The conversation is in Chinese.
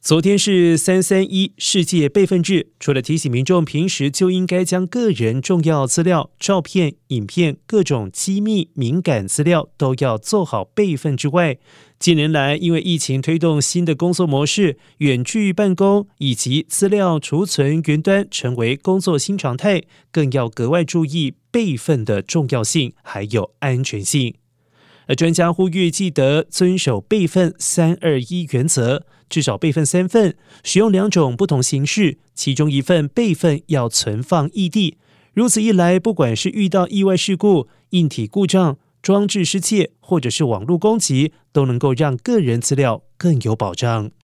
昨天是331世界备份日，除了提醒民众平时就应该将个人重要资料、照片、影片、各种机密敏感资料都要做好备份之外，近年来因为疫情推动新的工作模式，远距办公以及资料储存云端成为工作新常态，更要格外注意备份的重要性还有安全性。而专家呼吁记得遵守备份321原则，至少备份3份，使用2种不同形式，其中一份备份要存放异地。如此一来，不管是遇到意外事故、硬体故障、装置失窃，或者是网络攻击，都能够让个人资料更有保障。